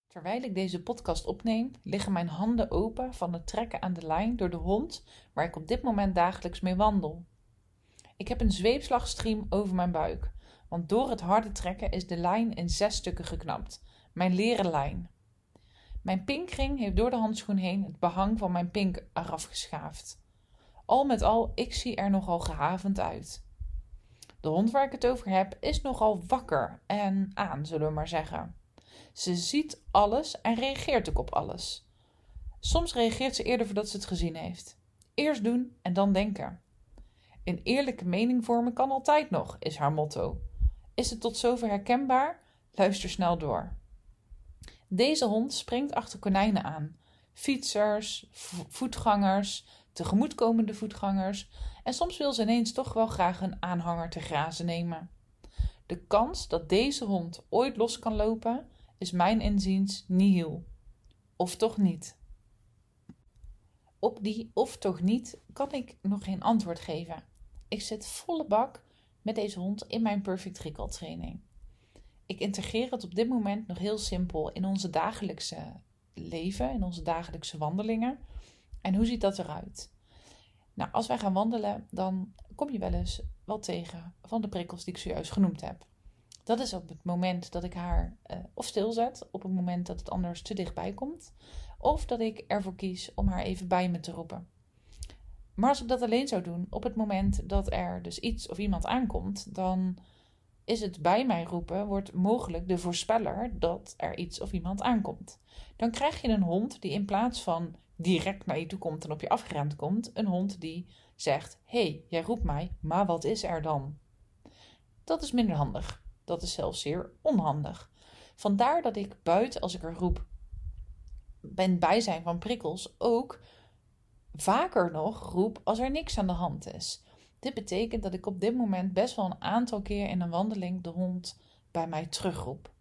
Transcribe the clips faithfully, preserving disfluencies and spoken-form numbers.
Terwijl ik deze podcast opneem, liggen mijn handen open van het trekken aan de lijn door de hond waar ik op dit moment dagelijks mee wandel. Ik heb een zweepslagstriem over mijn buik, want door het harde trekken is de lijn in zes stukken geknapt. Mijn leren lijn. Mijn pinkring heeft door de handschoen heen het behang van mijn pink eraf geschaafd. Al met al, ik zie er nogal gehavend uit. De hond waar ik het over heb is nogal wakker en aan, zullen we maar zeggen. Ze ziet alles en reageert ook op alles. Soms reageert ze eerder voordat ze het gezien heeft. Eerst doen en dan denken. Een eerlijke mening vormen kan altijd nog, is haar motto. Is het tot zover herkenbaar? Luister snel door. Deze hond springt achter konijnen aan. Fietsers, voetgangers, tegemoetkomende voetgangers. En soms wil ze ineens toch wel graag een aanhanger te grazen nemen. De kans dat deze hond ooit los kan lopen is mijn inziens nihil. Of toch niet? Op die of toch niet kan ik nog geen antwoord geven. Ik zit volle bak met deze hond in mijn Perfect Recall training. Ik integreer het op dit moment nog heel simpel in onze dagelijkse leven, in onze dagelijkse wandelingen. En hoe ziet dat eruit? Nou, als wij gaan wandelen, dan kom je wel eens wat tegen van de prikkels die ik zojuist genoemd heb. Dat is op het moment dat ik haar uh, of stilzet, op het moment dat het anders te dichtbij komt. Of dat ik ervoor kies om haar even bij me te roepen. Maar als ik dat alleen zou doen, op het moment dat er dus iets of iemand aankomt, dan is het bij mij roepen, wordt mogelijk de voorspeller dat er iets of iemand aankomt. Dan krijg je een hond die in plaats van direct naar je toe komt en op je afgerend komt, een hond die zegt, hé, hey, jij roept mij, maar wat is er dan? Dat is minder handig. Dat is zelfs zeer onhandig. Vandaar dat ik buiten, als ik er roep, ben bijzijn van prikkels, ook vaker nog roep als er niks aan de hand is. Dit betekent dat ik op dit moment best wel een aantal keer in een wandeling de hond bij mij terugroep.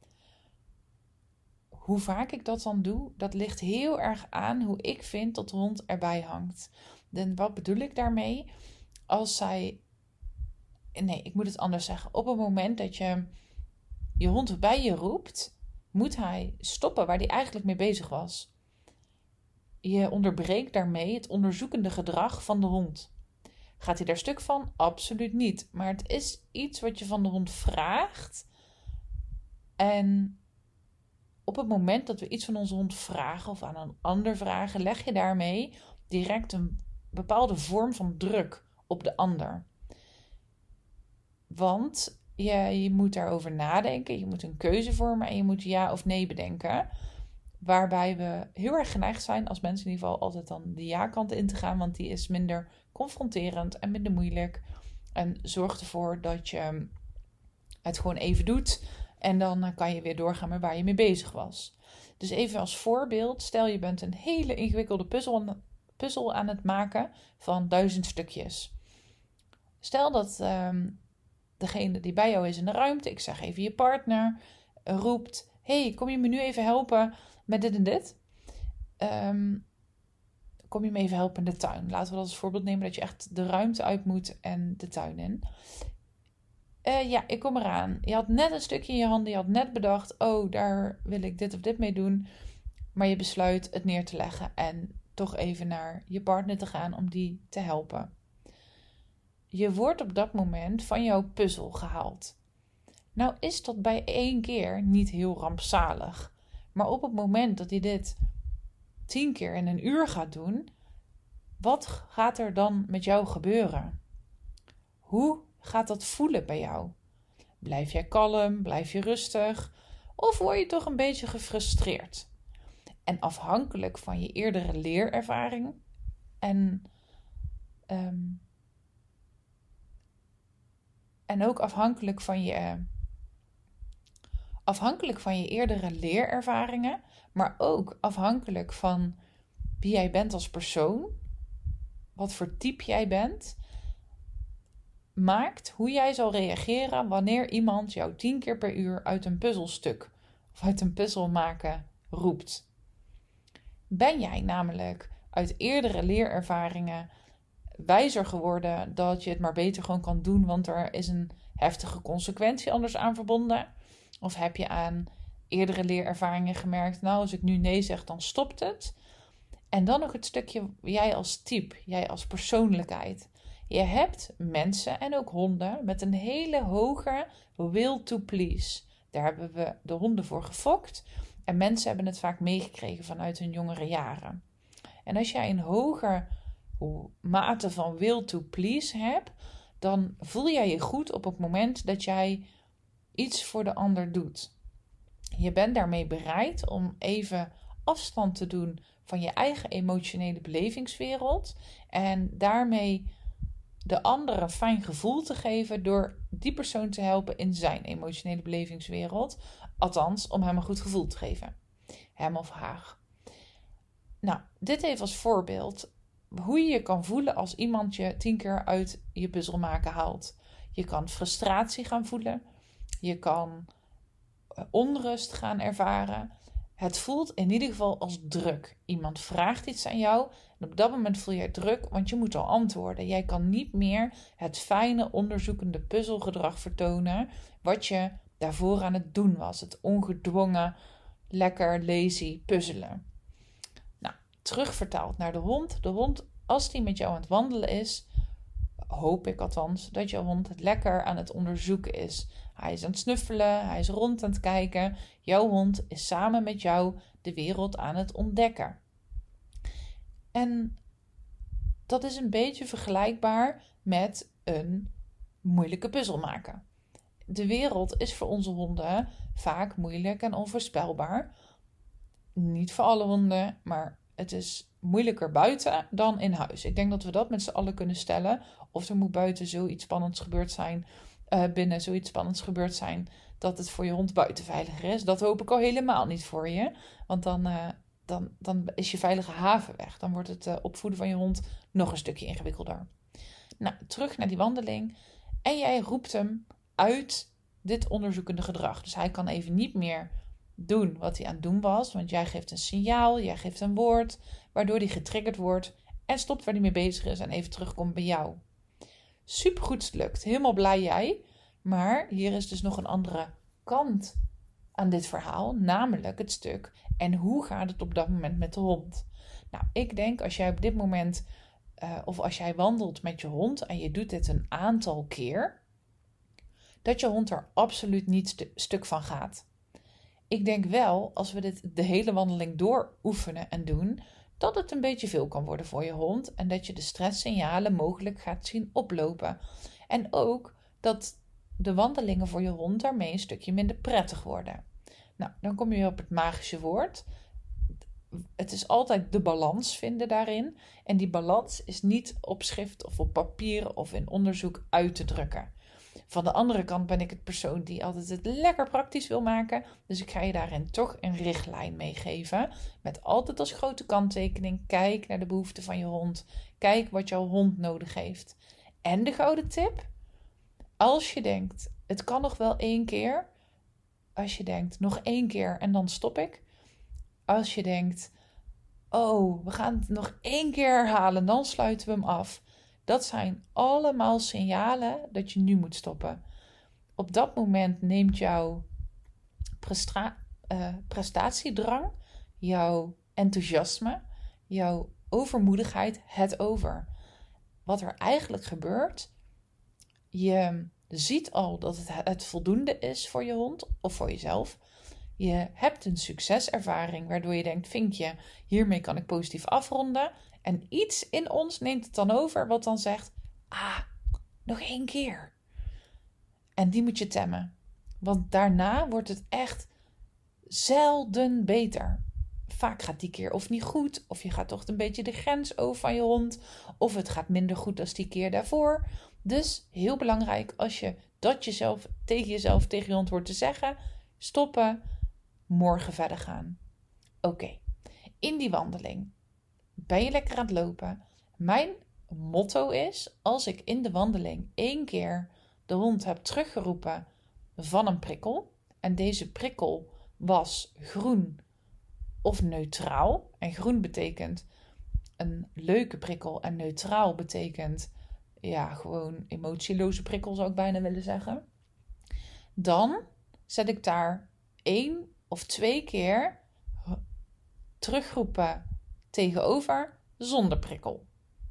Hoe vaak ik dat dan doe, dat ligt heel erg aan hoe ik vind dat de hond erbij hangt. En wat bedoel ik daarmee? Als zij... Nee, ik moet het anders zeggen. Op het moment dat je je hond bij je roept, moet hij stoppen waar hij eigenlijk mee bezig was. Je onderbreekt daarmee het onderzoekende gedrag van de hond. Gaat hij daar stuk van? Absoluut niet. Maar het is iets wat je van de hond vraagt. En op het moment dat we iets van onze hond vragen of aan een ander vragen, leg je daarmee direct een bepaalde vorm van druk op de ander. Want je, je moet daarover nadenken, je moet een keuze vormen en je moet ja of nee bedenken. Waarbij we heel erg geneigd zijn als mensen in ieder geval altijd dan de ja-kant in te gaan. Want die is minder confronterend en minder moeilijk. En zorgt ervoor dat je het gewoon even doet. En dan kan je weer doorgaan met waar je mee bezig was. Dus even als voorbeeld, stel je bent een hele ingewikkelde puzzel, puzzel aan het maken van duizend stukjes. Stel dat um, degene die bij jou is in de ruimte, ik zeg even je partner, roept, hey, kom je me nu even helpen met dit en dit? Um, kom je me even helpen in de tuin? Laten we dat als voorbeeld nemen dat je echt de ruimte uit moet en de tuin in. Uh, ja, ik kom eraan. Je had net een stukje in je handen. Je had net bedacht, oh, daar wil ik dit of dit mee doen. Maar je besluit het neer te leggen en toch even naar je partner te gaan om die te helpen. Je wordt op dat moment van jouw puzzel gehaald. Nou is dat bij één keer niet heel rampzalig. Maar op het moment dat je dit tien keer in een uur gaat doen, wat gaat er dan met jou gebeuren? Hoe gaat dat voelen bij jou? Blijf jij kalm? Blijf je rustig? Of word je toch een beetje gefrustreerd? En afhankelijk van je eerdere leerervaring en, um, en ook afhankelijk van je, afhankelijk van je eerdere leerervaringen, maar ook afhankelijk van wie jij bent als persoon, wat voor type jij bent, maakt hoe jij zal reageren wanneer iemand jou tien keer per uur uit een puzzelstuk of uit een puzzel maken roept. Ben jij namelijk uit eerdere leerervaringen wijzer geworden dat je het maar beter gewoon kan doen, want er is een heftige consequentie anders aan verbonden? Of heb je aan eerdere leerervaringen gemerkt, nou, als ik nu nee zeg, dan stopt het. En dan nog het stukje jij als type, jij als persoonlijkheid. Je hebt mensen en ook honden met een hele hoge will to please. Daar hebben we de honden voor gefokt. En mensen hebben het vaak meegekregen vanuit hun jongere jaren. En als jij een hoge mate van will to please hebt, dan voel jij je goed op het moment dat jij iets voor de ander doet. Je bent daarmee bereid om even afstand te doen van je eigen emotionele belevingswereld en daarmee de ander een fijn gevoel te geven door die persoon te helpen in zijn emotionele belevingswereld. Althans, om hem een goed gevoel te geven. Hem of haar. Nou, dit even als voorbeeld hoe je je kan voelen als iemand je tien keer uit je puzzel maken haalt. Je kan frustratie gaan voelen. Je kan onrust gaan ervaren. Het voelt in ieder geval als druk. Iemand vraagt iets aan jou en op dat moment voel je druk, want je moet al antwoorden. Jij kan niet meer het fijne, onderzoekende puzzelgedrag vertonen wat je daarvoor aan het doen was. Het ongedwongen, lekker, lazy puzzelen. Nou, terugvertaald naar de hond. De hond, als die met jou aan het wandelen is, hoop ik althans, dat je hond het lekker aan het onderzoeken is. Hij is aan het snuffelen, hij is rond aan het kijken. Jouw hond is samen met jou de wereld aan het ontdekken. En dat is een beetje vergelijkbaar met een moeilijke puzzel maken. De wereld is voor onze honden vaak moeilijk en onvoorspelbaar. Niet voor alle honden, maar het is moeilijker buiten dan in huis. Ik denk dat we dat met z'n allen kunnen stellen. Of er moet buiten zoiets spannends gebeurd zijn, uh, binnen zoiets spannends gebeurd zijn, dat het voor je hond buiten veiliger is. Dat hoop ik al helemaal niet voor je. Want dan, uh, dan, dan is je veilige haven weg. Dan wordt het uh, opvoeden van je hond nog een stukje ingewikkelder. Nou, terug naar die wandeling. En jij roept hem uit dit onderzoekende gedrag. Dus hij kan even niet meer doen wat hij aan het doen was. Want jij geeft een signaal, jij geeft een woord, waardoor hij getriggerd wordt en stopt waar hij mee bezig is en even terugkomt bij jou. Supergoed, het lukt. Helemaal blij jij. Maar hier is dus nog een andere kant aan dit verhaal, namelijk het stuk en hoe gaat het op dat moment met de hond. Nou, ik denk als jij op dit moment uh, of als jij wandelt met je hond en je doet dit een aantal keer, dat je hond er absoluut niet st- stuk van gaat. Ik denk wel, als we dit de hele wandeling door oefenen en doen, dat het een beetje veel kan worden voor je hond en dat je de stresssignalen mogelijk gaat zien oplopen. En ook dat de wandelingen voor je hond daarmee een stukje minder prettig worden. Nou, dan kom je weer op het magische woord. Het is altijd de balans vinden daarin. En die balans is niet op schrift of op papier of in onderzoek uit te drukken. Van de andere kant ben ik het persoon die altijd het lekker praktisch wil maken. Dus ik ga je daarin toch een richtlijn meegeven. Met altijd als grote kanttekening. Kijk naar de behoeften van je hond. Kijk wat jouw hond nodig heeft. En de gouden tip. Als je denkt, het kan nog wel één keer. Als je denkt, nog één keer en dan stop ik. Als je denkt, oh, we gaan het nog één keer herhalen, dan sluiten we hem af. Dat zijn allemaal signalen dat je nu moet stoppen. Op dat moment neemt jouw prestra- uh, prestatiedrang, jouw enthousiasme, jouw overmoedigheid het over. Wat er eigenlijk gebeurt, je ziet al dat het, het voldoende is voor je hond of voor jezelf. Je hebt een succeservaring waardoor je denkt, vinkje, hiermee kan ik positief afronden. En iets in ons neemt het dan over wat dan zegt, ah, nog één keer. En die moet je temmen. Want daarna wordt het echt zelden beter. Vaak gaat die keer of niet goed, of je gaat toch een beetje de grens over van je hond, of het gaat minder goed dan die keer daarvoor. Dus heel belangrijk als je dat jezelf tegen jezelf, tegen je hond hoort te zeggen, stoppen, morgen verder gaan. Oké, okay. In die wandeling ben je lekker aan het lopen. Mijn motto is, als ik in de wandeling één keer de hond heb teruggeroepen van een prikkel, en deze prikkel was groen of neutraal, en groen betekent een leuke prikkel en neutraal betekent ja, gewoon emotieloze prikkel zou ik bijna willen zeggen, dan zet ik daar één of twee keer terugroepen tegenover zonder prikkel.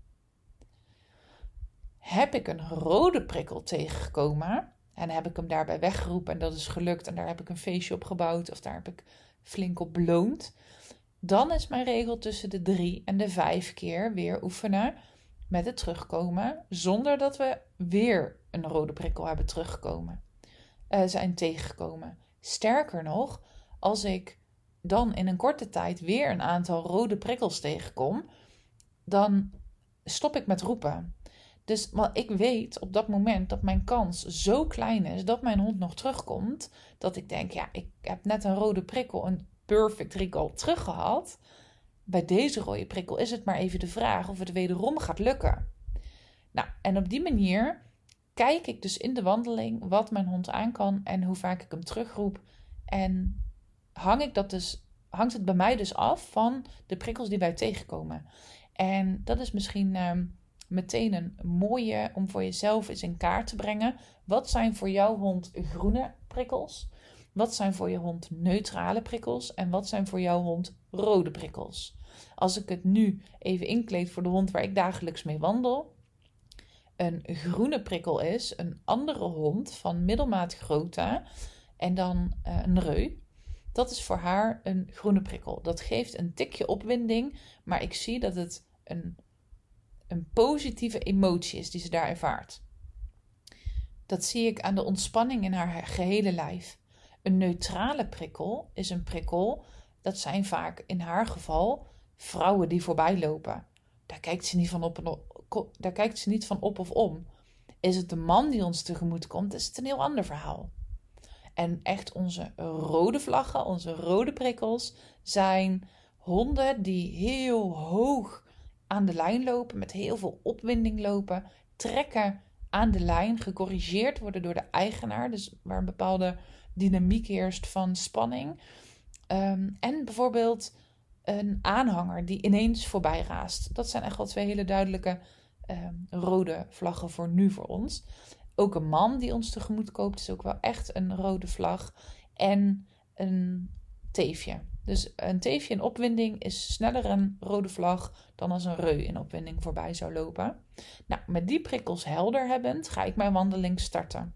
Heb ik een rode prikkel tegengekomen en heb ik hem daarbij weggeroepen en dat is gelukt en daar heb ik een feestje op gebouwd of daar heb ik flink op beloond, dan is mijn regel tussen de drie en de vijf keer weer oefenen met het terugkomen zonder dat we weer een rode prikkel hebben teruggekomen, uh, zijn tegengekomen. Sterker nog, als ik dan in een korte tijd weer een aantal rode prikkels tegenkom, dan stop ik met roepen. Dus maar ik weet op dat moment dat mijn kans zo klein is dat mijn hond nog terugkomt, dat ik denk, ja, ik heb net een rode prikkel, een perfect recall teruggehad. Bij deze rode prikkel is het maar even de vraag of het wederom gaat lukken. Nou, en op die manier kijk ik dus in de wandeling wat mijn hond aan kan en hoe vaak ik hem terugroep. En hang ik dat dus, hangt het bij mij dus af van de prikkels die wij tegenkomen. En dat is misschien uh, meteen een mooie om voor jezelf eens in kaart te brengen. Wat zijn voor jouw hond groene prikkels? Wat zijn voor je hond neutrale prikkels? En wat zijn voor jouw hond rode prikkels? Als ik het nu even inkleed voor de hond waar ik dagelijks mee wandel. Een groene prikkel is een andere hond van middelmaat grootte en dan uh, een reu. Dat is voor haar een groene prikkel. Dat geeft een tikje opwinding, maar ik zie dat het een, een positieve emotie is die ze daar ervaart. Dat zie ik aan de ontspanning in haar gehele lijf. Een neutrale prikkel is een prikkel, dat zijn vaak in haar geval vrouwen die voorbij lopen. Daar kijkt ze niet van op, en op, daar kijkt ze niet van op of om. Is het de man die ons tegemoet komt, is het een heel ander verhaal. En echt onze rode vlaggen, onze rode prikkels, zijn honden die heel hoog aan de lijn lopen, met heel veel opwinding lopen, trekken aan de lijn, gecorrigeerd worden door de eigenaar, dus waar een bepaalde dynamiek heerst van spanning. Um, en bijvoorbeeld een aanhanger die ineens voorbij raast. Dat zijn echt wel twee hele duidelijke um, rode vlaggen voor nu voor ons. Ook een man die ons tegemoet koopt is ook wel echt een rode vlag. En een teefje. Dus een teefje in opwinding is sneller een rode vlag dan als een reu in opwinding voorbij zou lopen. Nou, met die prikkels helder hebbend ga ik mijn wandeling starten.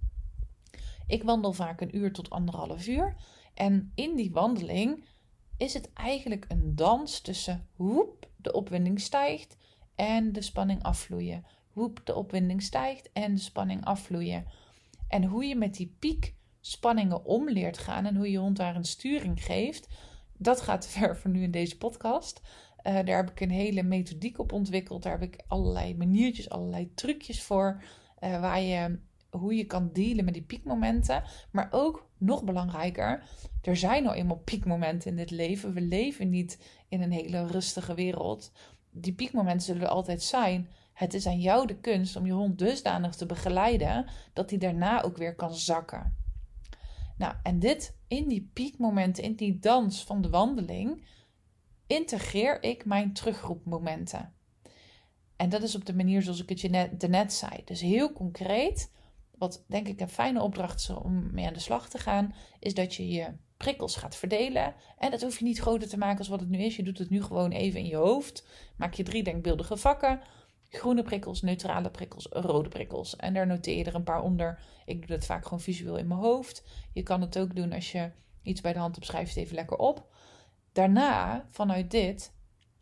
Ik wandel vaak een uur tot anderhalf uur. En in die wandeling is het eigenlijk een dans tussen woep, de opwinding stijgt en de spanning afvloeien. Woep, de opwinding stijgt en de spanning afvloeien. En hoe je met die piek spanningen om leert gaan en hoe je hond daar een sturing geeft, dat gaat te ver voor nu in deze podcast. Uh, daar heb ik een hele methodiek op ontwikkeld. Daar heb ik allerlei maniertjes, allerlei trucjes voor, uh, waar je, hoe je kan dealen met die piekmomenten. Maar ook, nog belangrijker, er zijn nou eenmaal piekmomenten in dit leven. We leven niet in een hele rustige wereld. Die piekmomenten zullen er altijd zijn. Het is aan jou de kunst om je hond dusdanig te begeleiden dat hij daarna ook weer kan zakken. Nou, en dit in die piekmomenten, in die dans van de wandeling, integreer ik mijn terugroepmomenten. En dat is op de manier zoals ik het je net, net zei. Dus heel concreet, wat denk ik een fijne opdracht is om mee aan de slag te gaan, is dat je je prikkels gaat verdelen. En dat hoef je niet groter te maken als wat het nu is. Je doet het nu gewoon even in je hoofd. Maak je drie denkbeeldige vakken. Groene prikkels, neutrale prikkels, rode prikkels. En daar noteer je er een paar onder. Ik doe dat vaak gewoon visueel in mijn hoofd. Je kan het ook doen als je iets bij de hand hebt, schrijf het even lekker op. Daarna, vanuit dit,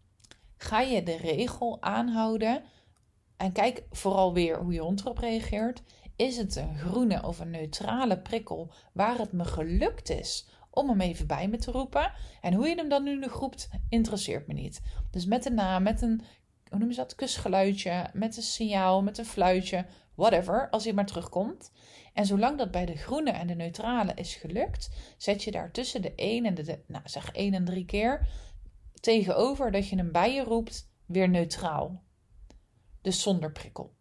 ga je de regel aanhouden. En kijk vooral weer hoe je hond erop reageert. Is het een groene of een neutrale prikkel waar het me gelukt is om hem even bij me te roepen? En hoe je hem dan nu nog roept, interesseert me niet. Dus met een naam, met een, hoe noem je dat, kusgeluidje, met een signaal, met een fluitje, whatever, als hij maar terugkomt. En zolang dat bij de groene en de neutrale is gelukt, zet je daar tussen de één en de, de nou zeg één en drie keer tegenover dat je hem bij je roept, weer neutraal. Dus zonder prikkel.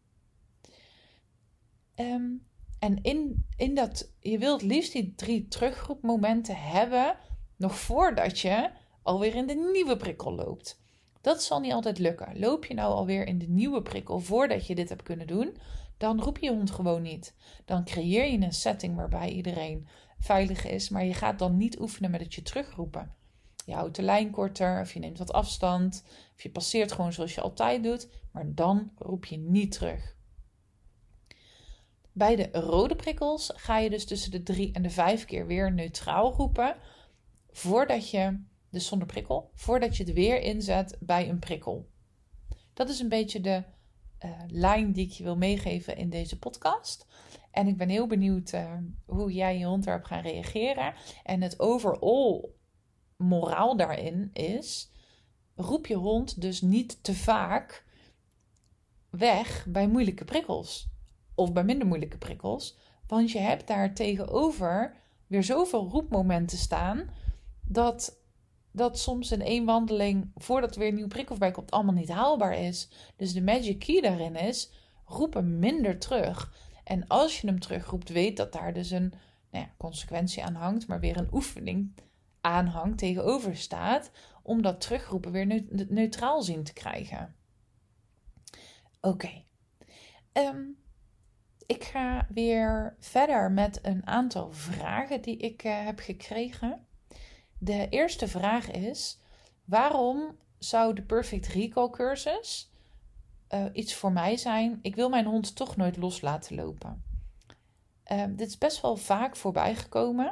Um, en in, in dat, je wilt liefst die drie terugroepmomenten hebben, nog voordat je alweer in de nieuwe prikkel loopt. Dat zal niet altijd lukken. Loop je nou alweer in de nieuwe prikkel voordat je dit hebt kunnen doen, dan roep je je hond gewoon niet. Dan creëer je een setting waarbij iedereen veilig is. Maar je gaat dan niet oefenen met het je terugroepen. Je houdt de lijn korter of je neemt wat afstand. Of je passeert gewoon zoals je altijd doet. Maar dan roep je niet terug. Bij de rode prikkels ga je dus tussen de drie en de vijf keer weer neutraal roepen. Voordat je, dus zonder prikkel, voordat je het weer inzet bij een prikkel. Dat is een beetje de uh, lijn die ik je wil meegeven in deze podcast. En ik ben heel benieuwd uh, hoe jij je hond daarop gaat reageren. En het overall moraal daarin is, roep je hond dus niet te vaak weg bij moeilijke prikkels. Of bij minder moeilijke prikkels. Want je hebt daar tegenover weer zoveel roepmomenten staan, dat, dat soms in één wandeling, voordat er weer een nieuwe prikkel bij komt, allemaal niet haalbaar is. Dus de magic key daarin is, roep hem minder terug. En als je hem terugroept, weet dat daar dus een nou ja, consequentie aan hangt, maar weer een oefening aanhangt, tegenover staat, om dat terugroepen weer neutraal zien te krijgen. Oké. Okay. Um, ik ga weer verder met een aantal vragen die ik uh, heb gekregen. De eerste vraag is, waarom zou de Perfect Recall cursus uh, iets voor mij zijn? Ik wil mijn hond toch nooit los laten lopen. Uh, dit is best wel vaak voorbij gekomen.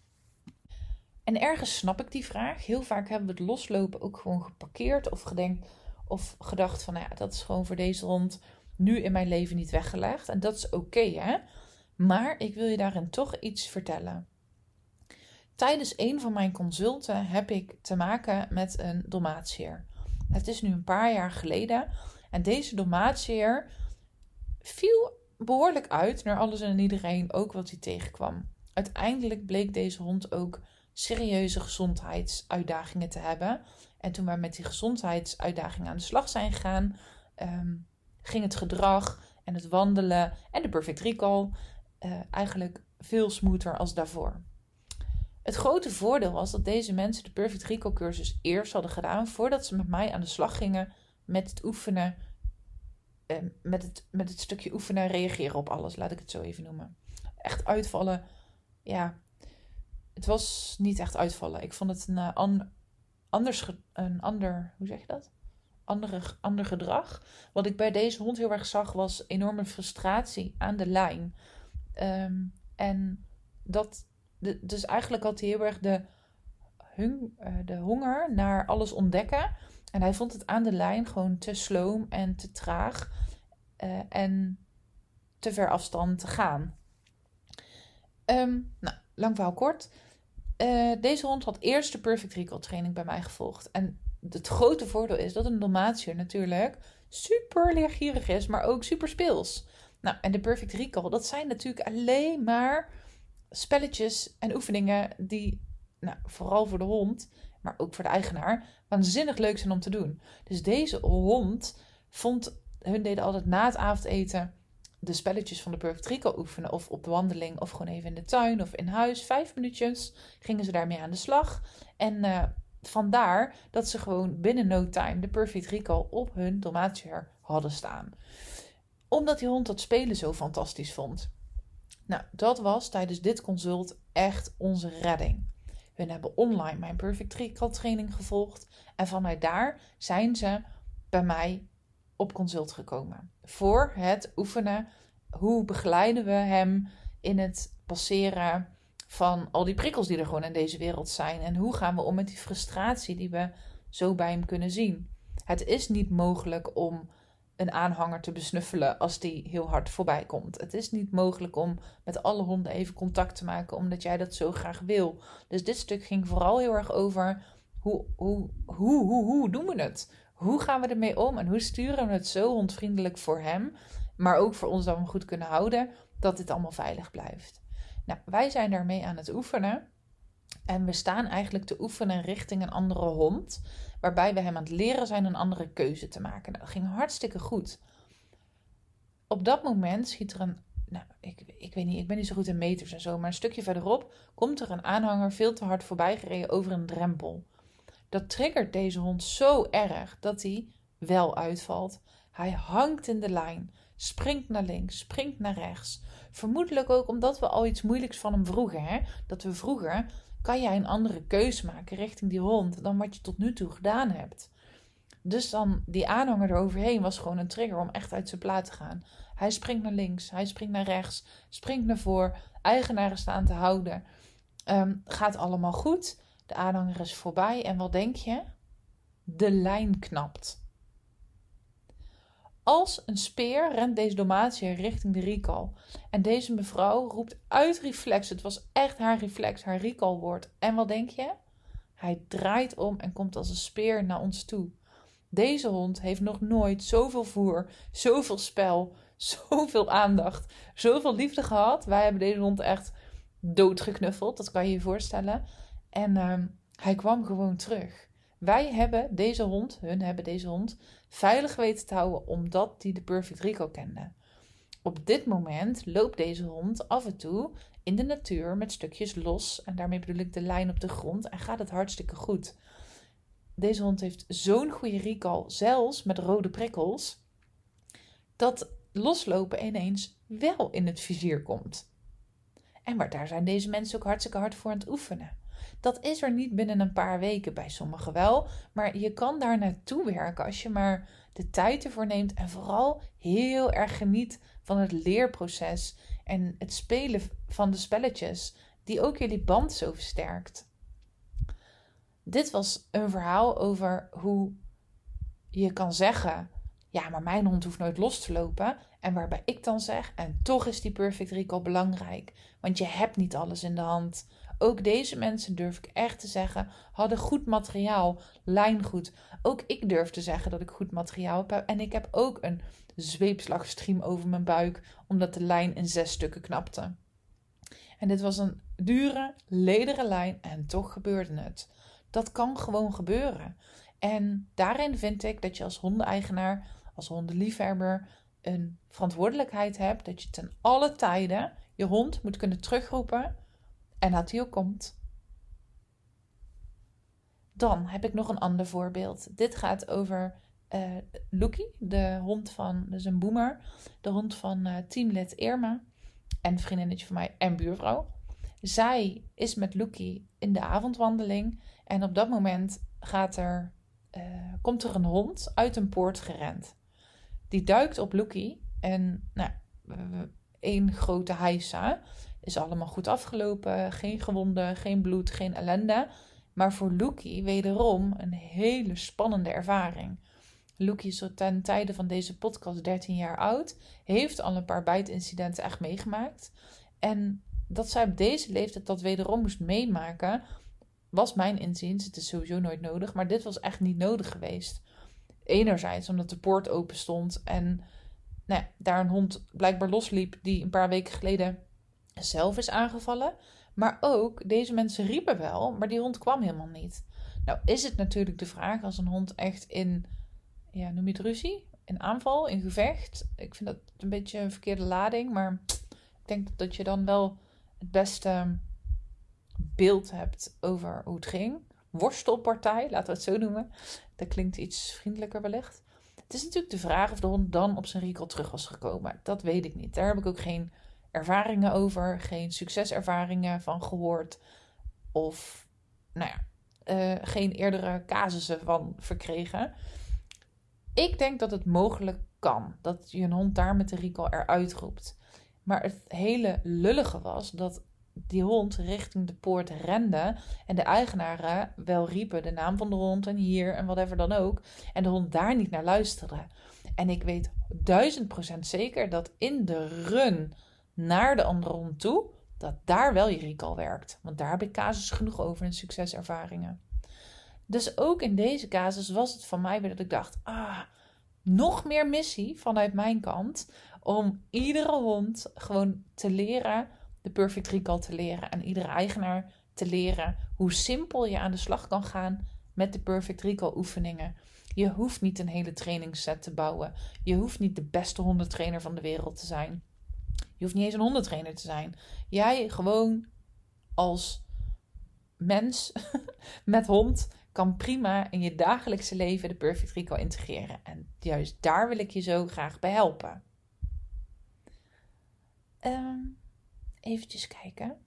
En ergens snap ik die vraag. Heel vaak hebben we het loslopen ook gewoon geparkeerd of, gedenkt, of gedacht van, nou ja, dat is gewoon voor deze hond nu in mijn leven niet weggelegd. En dat is oké, okay, hè? Maar ik wil je daarin toch iets vertellen. Tijdens een van mijn consulten heb ik te maken met een Dalmatiër. Het is nu een paar jaar geleden. En deze Dalmatiër viel behoorlijk uit naar alles en iedereen, ook wat hij tegenkwam. Uiteindelijk bleek deze hond ook serieuze gezondheidsuitdagingen te hebben. En toen wij met die gezondheidsuitdagingen aan de slag zijn gegaan, um, ging het gedrag en het wandelen en de Perfect Recall uh, eigenlijk veel smoother als daarvoor. Het grote voordeel was dat deze mensen de Perfect Recall cursus eerst hadden gedaan voordat ze met mij aan de slag gingen met het oefenen, uh, met, het, met het stukje oefenen reageren op alles, laat ik het zo even noemen. Echt uitvallen, ja, het was niet echt uitvallen. Ik vond het een, uh, an, anders, een ander, hoe zeg je dat? Andere, ander gedrag. Wat ik bij deze hond heel erg zag was enorme frustratie aan de lijn. Um, en dat, de, dus eigenlijk had hij heel erg de, hung, uh, de honger naar alles ontdekken. En hij vond het aan de lijn gewoon te sloom en te traag. Uh, en te ver afstand te gaan. Um, nou, lang verhaal kort. Uh, deze hond had eerst de Perfect Recall training bij mij gevolgd. En het grote voordeel is dat een Dalmatiër natuurlijk super leergierig is, maar ook super speels. Nou, en de Perfect Recall, dat zijn natuurlijk alleen maar spelletjes en oefeningen die, nou, vooral voor de hond, maar ook voor de eigenaar, waanzinnig leuk zijn om te doen. Dus deze hond vond, hun deden altijd na het avondeten de spelletjes van de Perfect Recall oefenen, of op de wandeling, of gewoon even in de tuin of in huis. Vijf minuutjes gingen ze daarmee aan de slag. En uh, vandaar dat ze gewoon binnen no time de Perfect Recall op hun Dalmatiër hadden staan. Omdat die hond dat spelen zo fantastisch vond. Nou, dat was tijdens dit consult echt onze redding. We hebben online mijn Perfect Recall training gevolgd. En vanuit daar zijn ze bij mij op consult gekomen. Voor het oefenen, hoe begeleiden we hem in het passeren van al die prikkels die er gewoon in deze wereld zijn. En hoe gaan we om met die frustratie die we zo bij hem kunnen zien. Het is niet mogelijk om een aanhanger te besnuffelen als die heel hard voorbij komt. Het is niet mogelijk om met alle honden even contact te maken, omdat jij dat zo graag wil. Dus dit stuk ging vooral heel erg over hoe, hoe, hoe, hoe, hoe doen we het? Hoe gaan we ermee om en hoe sturen we het zo hondvriendelijk voor hem, maar ook voor ons dat we hem goed kunnen houden, dat dit allemaal veilig blijft. Nou, wij zijn daarmee aan het oefenen en we staan eigenlijk te oefenen richting een andere hond, waarbij we hem aan het leren zijn een andere keuze te maken. Nou, dat ging hartstikke goed. Op dat moment schiet er een, nou, ik, ik weet niet, ik ben niet zo goed in meters en zo, maar een stukje verderop komt er een aanhanger veel te hard voorbij gereden over een drempel. Dat triggert deze hond zo erg dat hij wel uitvalt. Hij hangt in de lijn. springt naar links, springt naar rechts. Vermoedelijk ook omdat we al iets moeilijks van hem vroegen. Hè? Dat we vroegen, kan jij een andere keus maken richting die hond dan wat je tot nu toe gedaan hebt? Dus dan die aanhanger eroverheen was gewoon een trigger om echt uit zijn plaat te gaan. Hij springt naar links, hij springt naar rechts, springt naar voor, eigenaren staan te houden. Um, gaat allemaal goed, de aanhanger is voorbij en wat denk je? De lijn knapt. Als een speer rent deze Dalmatiër richting de recall. En deze mevrouw roept uit reflex, het was echt haar reflex, haar recallwoord. En wat denk je? Hij draait om en komt als een speer naar ons toe. Deze hond heeft nog nooit zoveel voer, zoveel spel, zoveel aandacht, zoveel liefde gehad. Wij hebben deze hond echt doodgeknuffeld, dat kan je je voorstellen. En uh, hij kwam gewoon terug. Wij hebben deze hond, hun hebben deze hond, veilig weten te houden omdat hij de Perfect Recall kende. Op dit moment loopt deze hond af en toe in de natuur met stukjes los. En daarmee bedoel ik de lijn op de grond en gaat het hartstikke goed. Deze hond heeft zo'n goede recall, zelfs met rode prikkels, dat loslopen ineens wel in het vizier komt. En maar daar zijn deze mensen ook hartstikke hard voor aan het oefenen. Dat is er niet binnen een paar weken, bij sommigen wel. Maar je kan daar naartoe werken als je maar de tijd ervoor neemt. En vooral heel erg geniet van het leerproces. En het spelen van de spelletjes. Die ook jullie band zo versterkt. Dit was een verhaal over hoe je kan zeggen, ja, maar mijn hond hoeft nooit los te lopen. En waarbij ik dan zeg, en toch is die Perfect Recall belangrijk. Want je hebt niet alles in de hand. Ook deze mensen, durf ik echt te zeggen, hadden goed materiaal, lijngoed. Ook ik durf te zeggen dat ik goed materiaal heb. En ik heb ook een zweepslagstream over mijn buik, omdat de lijn in zes stukken knapte. En dit was een dure, lederen lijn en toch gebeurde het. Dat kan gewoon gebeuren. En daarin vind ik dat je als hondeneigenaar, als hondenliefhebber, een verantwoordelijkheid hebt dat je ten alle tijden je hond moet kunnen terugroepen en dat hij ook komt. Dan heb ik nog een ander voorbeeld. Dit gaat over uh, Loekie, de hond van, dus een boemer, de hond van uh, teamlid Irma en een vriendinnetje van mij en buurvrouw. Zij is met Loekie in de avondwandeling en op dat moment gaat er, uh, komt er een hond uit een poort gerend. Die duikt op Loekie en nou, één grote heisa. Is allemaal goed afgelopen, geen gewonden, geen bloed, geen ellende. Maar voor Loekie wederom een hele spannende ervaring. Loekie is ten tijde van deze podcast dertien jaar oud. Heeft al een paar bijtincidenten echt meegemaakt. En dat zij op deze leeftijd dat wederom moest meemaken, was mijn inziens, het is sowieso nooit nodig, maar dit was echt niet nodig geweest. Enerzijds omdat de poort open stond en nou ja, daar een hond blijkbaar losliep die een paar weken geleden zelf is aangevallen. Maar ook, deze mensen riepen wel, maar die hond kwam helemaal niet. Nou is het natuurlijk de vraag als een hond echt in, ja, noem je het ruzie? In aanval, in gevecht. Ik vind dat een beetje een verkeerde lading, maar ik denk dat je dan wel het beste beeld hebt over hoe het ging. Worstelpartij, laten we het zo noemen. Dat klinkt iets vriendelijker wellicht. Het is natuurlijk de vraag of de hond dan op zijn recall terug was gekomen. Dat weet ik niet. Daar heb ik ook geen ervaringen over, geen succeservaringen van gehoord. Of, nou ja, uh, geen eerdere casussen van verkregen. Ik denk dat het mogelijk kan. Dat je een hond daar met de recall eruit roept. Maar het hele lullige was dat die hond richting de poort rende. En de eigenaren wel riepen de naam van de hond en hier en whatever dan ook. En de hond daar niet naar luisterde. En ik weet duizend procent zeker dat in de run naar de andere hond toe, dat daar wel je recall werkt. Want daar heb ik casus genoeg over en succeservaringen. Dus ook in deze casus was het van mij weer dat ik dacht, ah, nog meer missie vanuit mijn kant om iedere hond gewoon te leren, de Perfect Recall te leren en iedere eigenaar te leren hoe simpel je aan de slag kan gaan met de Perfect Recall oefeningen. Je hoeft niet een hele trainingsset te bouwen. Je hoeft niet de beste hondentrainer van de wereld te zijn. Je hoeft niet eens een hondentrainer te zijn. Jij gewoon als mens met hond kan prima in je dagelijkse leven de Perfect Recall integreren. En juist daar wil ik je zo graag bij helpen. Um, eventjes kijken.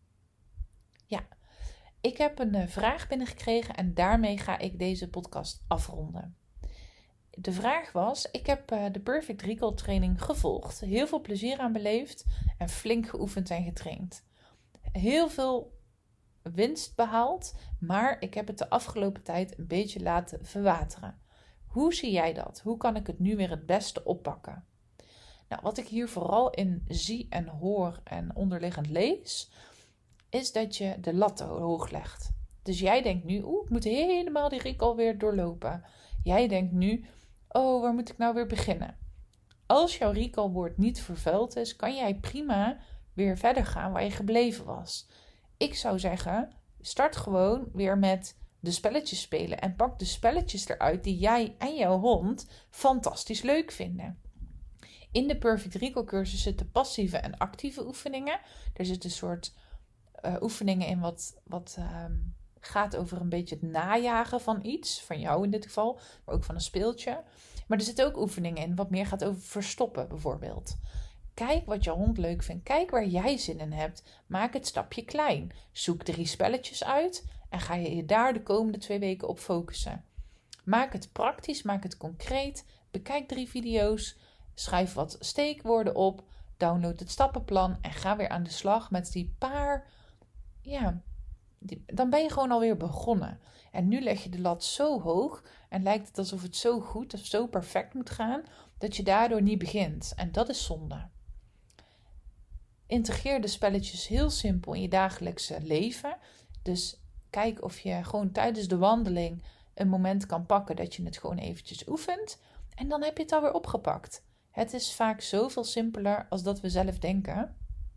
Ja, ik heb een uh, vraag binnengekregen en daarmee ga ik deze podcast afronden. De vraag was, ik heb uh, de Perfect Recall training gevolgd, heel veel plezier aan beleefd en flink geoefend en getraind. Heel veel winst behaald, maar ik heb het de afgelopen tijd een beetje laten verwateren. Hoe zie jij dat? Hoe kan ik het nu weer het beste oppakken? Nou, wat ik hier vooral in zie en hoor en onderliggend lees, is dat je de lat te hoog legt. Dus jij denkt nu, oeh, ik moet helemaal die recall weer doorlopen. Jij denkt nu, oh, waar moet ik nou weer beginnen? Als jouw recallwoord niet vervuild is, kan jij prima weer verder gaan waar je gebleven was. Ik zou zeggen, start gewoon weer met de spelletjes spelen en pak de spelletjes eruit die jij en jouw hond fantastisch leuk vinden. In de Perfect Recall cursus zitten passieve en actieve oefeningen. Er zitten een soort uh, oefeningen in wat, wat um, gaat over een beetje het najagen van iets. Van jou in dit geval, maar ook van een speeltje. Maar er zitten ook oefeningen in wat meer gaat over verstoppen bijvoorbeeld. Kijk wat je hond leuk vindt. Kijk waar jij zin in hebt. Maak het stapje klein. Zoek drie spelletjes uit en ga je je daar de komende twee weken op focussen. Maak het praktisch, maak het concreet. Bekijk drie video's. Schrijf wat steekwoorden op. Download het stappenplan en ga weer aan de slag met die paar. Ja, die, dan ben je gewoon alweer begonnen. En nu leg je de lat zo hoog en lijkt het alsof het zo goed of zo perfect moet gaan, dat je daardoor niet begint. En dat is zonde. Integreer de spelletjes heel simpel in je dagelijkse leven. Dus kijk of je gewoon tijdens de wandeling een moment kan pakken dat je het gewoon eventjes oefent. En dan heb je het alweer opgepakt. Het is vaak zoveel simpeler als dat we zelf denken.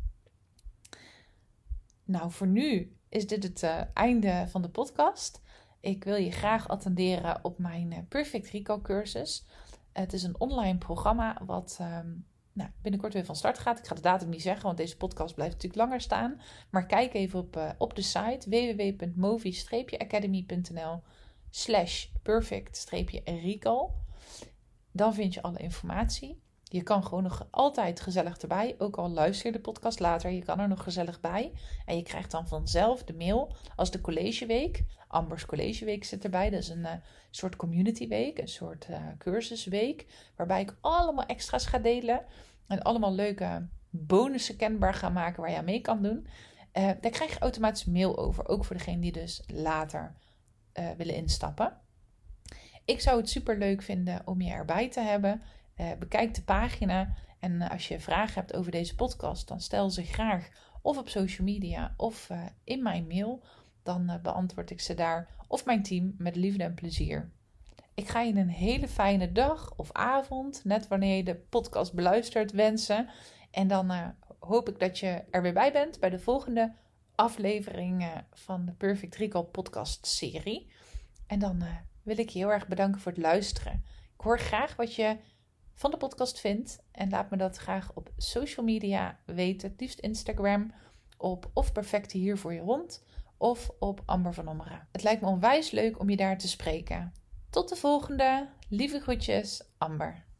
Nou, voor nu is dit het uh, einde van de podcast. Ik wil je graag attenderen op mijn uh, Perfect Recall cursus. Het is een online programma wat um, nou, binnenkort weer van start gaat. Ik ga de datum niet zeggen, want deze podcast blijft natuurlijk langer staan. Maar kijk even op, uh, op de site w w w punt movi academy punt n l slash perfect recall. Dan vind je alle informatie. Je kan gewoon nog altijd gezellig erbij. Ook al luister je de podcast later, je kan er nog gezellig bij. En je krijgt dan vanzelf de mail als de collegeweek. Ambers collegeweek zit erbij. Dat is een uh, soort communityweek, een soort uh, cursusweek. Waarbij ik allemaal extra's ga delen. En allemaal leuke bonussen kenbaar ga maken waar je aan mee kan doen. Uh, daar krijg je automatisch mail over. Ook voor degene die dus later uh, willen instappen. Ik zou het super leuk vinden om je erbij te hebben. Uh, bekijk de pagina en uh, als je vragen hebt over deze podcast, dan stel ze graag of op social media of uh, in mijn mail. Dan uh, beantwoord ik ze daar of mijn team met liefde en plezier. Ik ga je een hele fijne dag of avond, net wanneer je de podcast beluistert, wensen. En dan uh, hoop ik dat je er weer bij bent bij de volgende aflevering uh, van de Perfect Recall podcast serie. En dan uh, wil ik je heel erg bedanken voor het luisteren. Ik hoor graag wat je van de podcast vindt. En laat me dat graag op social media weten. Het liefst Instagram op of Perfecte Hier voor je hond. Of op Amber van Ommeren. Het lijkt me onwijs leuk om je daar te spreken. Tot de volgende. Lieve groetjes, Amber.